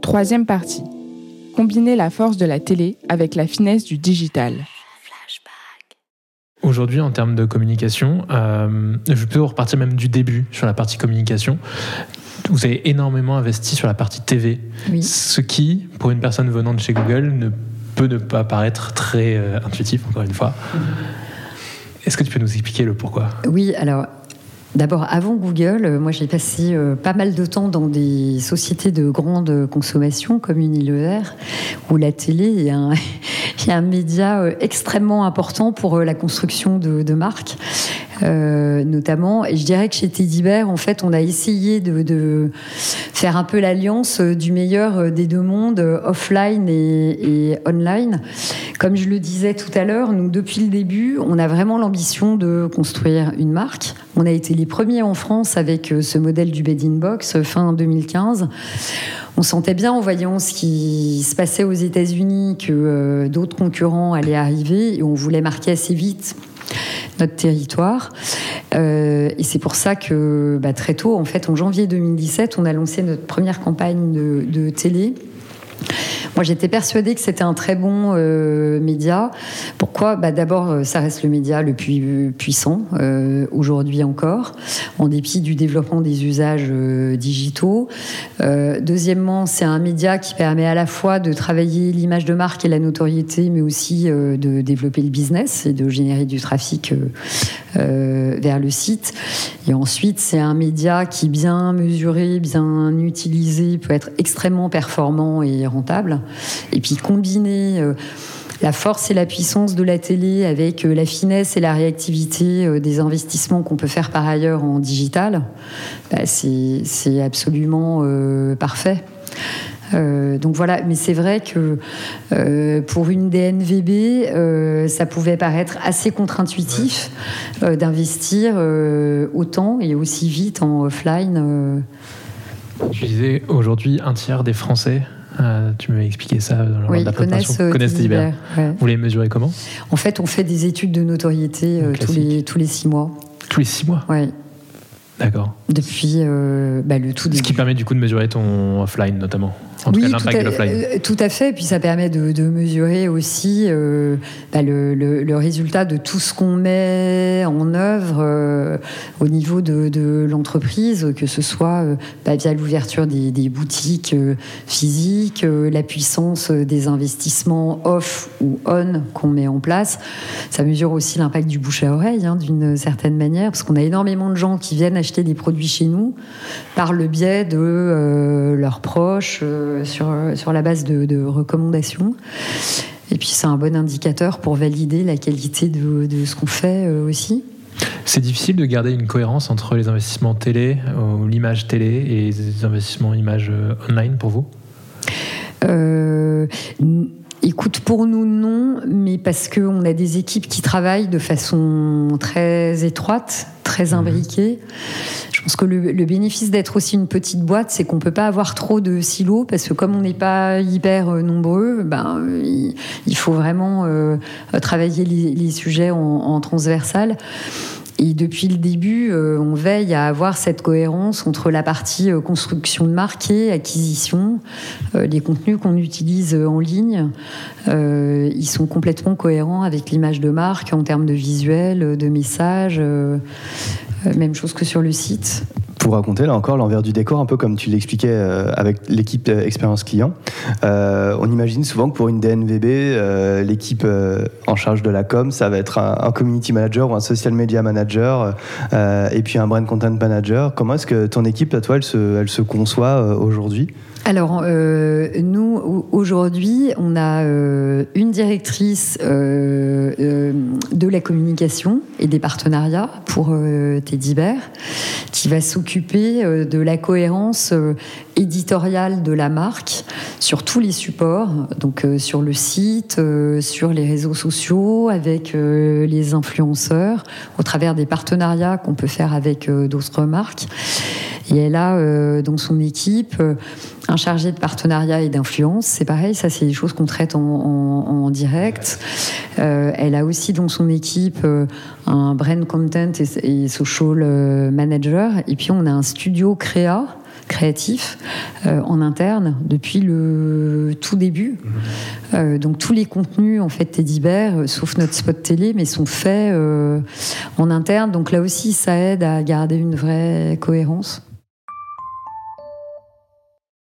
Troisième partie. Combiner la force de la télé avec la finesse du digital. Aujourd'hui, en termes de communication, je peux repartir même du début sur la partie communication. Vous avez énormément investi sur la partie TV, oui. Ce qui, pour une personne venant de chez Google, ne peut ne pas paraître très intuitif, encore une fois. Est-ce que tu peux nous expliquer le pourquoi ? Oui, alors... D'abord, avant Google, moi j'ai passé pas mal de temps dans des sociétés de grande consommation comme Unilever, où la télé est un média extrêmement important pour la construction de marques, notamment. Et je dirais que chez Teddy Bear, en fait, on a essayé de faire un peu l'alliance du meilleur des deux mondes, offline et online. Comme je le disais tout à l'heure, nous, depuis le début, on a vraiment l'ambition de construire une marque. On a été les premiers en France avec ce modèle du Bed-in-Box fin 2015. On sentait bien en voyant ce qui se passait aux États-Unis que d'autres concurrents allaient arriver et on voulait marquer assez vite notre territoire. Et c'est pour ça que très tôt, en fait, en janvier 2017, on a lancé notre première campagne de télé. Moi, j'étais persuadée que c'était un très bon média. Pourquoi ? D'abord, ça reste le média le plus puissant aujourd'hui encore, en dépit du développement des usages digitaux. Deuxièmement, c'est un média qui permet à la fois de travailler l'image de marque et la notoriété, mais aussi de développer le business et de générer du trafic vers le site. Et ensuite, c'est un média qui, bien mesuré, bien utilisé, peut être extrêmement performant et rentable. Et puis combiner la force et la puissance de la télé avec la finesse et la réactivité des investissements qu'on peut faire par ailleurs en digital, c'est absolument parfait. Donc voilà, mais c'est vrai que pour une DNVB, ça pouvait paraître assez contre-intuitif d'investir autant et aussi vite en offline. Je disais, aujourd'hui, un tiers des Français, tu m'avais expliqué ça dans la préparation, connaissent Teddy Bear. Ouais. Vous les mesurez comment ? En fait, on fait des études de notoriété tous les 6 mois. Tous les 6 mois ? Oui. D'accord. Depuis le tout début. Ce qui permet du coup de mesurer ton offline notamment. En tout cas, l'impact de l'offline. Tout à fait. Et puis ça permet de mesurer aussi le résultat de tout ce qu'on met en œuvre au niveau de l'entreprise, que ce soit via l'ouverture des boutiques physiques, la puissance des investissements off ou on qu'on met en place. Ça mesure aussi l'impact du bouche à oreille, d'une certaine manière, parce qu'on a énormément de gens qui viennent acheter des produits chez nous par le biais de leurs proches, sur la base de recommandations. Et puis c'est un bon indicateur pour valider la qualité de ce qu'on fait aussi. C'est difficile de garder une cohérence entre les investissements télé, ou l'image télé, et les investissements image online pour vous ? Écoute, pour nous, non, mais parce qu'on a des équipes qui travaillent de façon très étroite, très imbriquée. Je pense que le bénéfice d'être aussi une petite boîte, c'est qu'on ne peut pas avoir trop de silos, parce que comme on n'est pas hyper nombreux, il faut vraiment travailler les sujets en transversal. Et depuis le début, on veille à avoir cette cohérence entre la partie construction de marque et acquisition. Les contenus qu'on utilise en ligne, ils sont complètement cohérents avec l'image de marque en termes de visuel, de messages. Même chose que sur le site. Pour raconter là encore l'envers du décor, un peu comme tu l'expliquais avec l'équipe expérience client, on imagine souvent que pour une DNVB, l'équipe en charge de la com, ça va être un community manager ou un social media manager et puis un brand content manager. Comment est-ce que ton équipe, à toi, elle se conçoit aujourd'hui ? Alors, nous, aujourd'hui, on a une directrice de la communication et des partenariats pour Teddy Bear, qui va s'occuper de la cohérence éditoriale de la marque sur tous les supports, donc sur le site, sur les réseaux sociaux, avec les influenceurs, au travers des partenariats qu'on peut faire avec d'autres marques. Et elle a dans son équipe un chargé de partenariat et d'influence. C'est pareil, ça c'est des choses qu'on traite en direct. Elle a aussi dans son équipe un brand content et social manager. Et puis on a un studio créa créatif en interne depuis le tout début. Donc tous les contenus en fait Teddybear, sauf notre spot télé, mais sont faits en interne. Donc là aussi, ça aide à garder une vraie cohérence.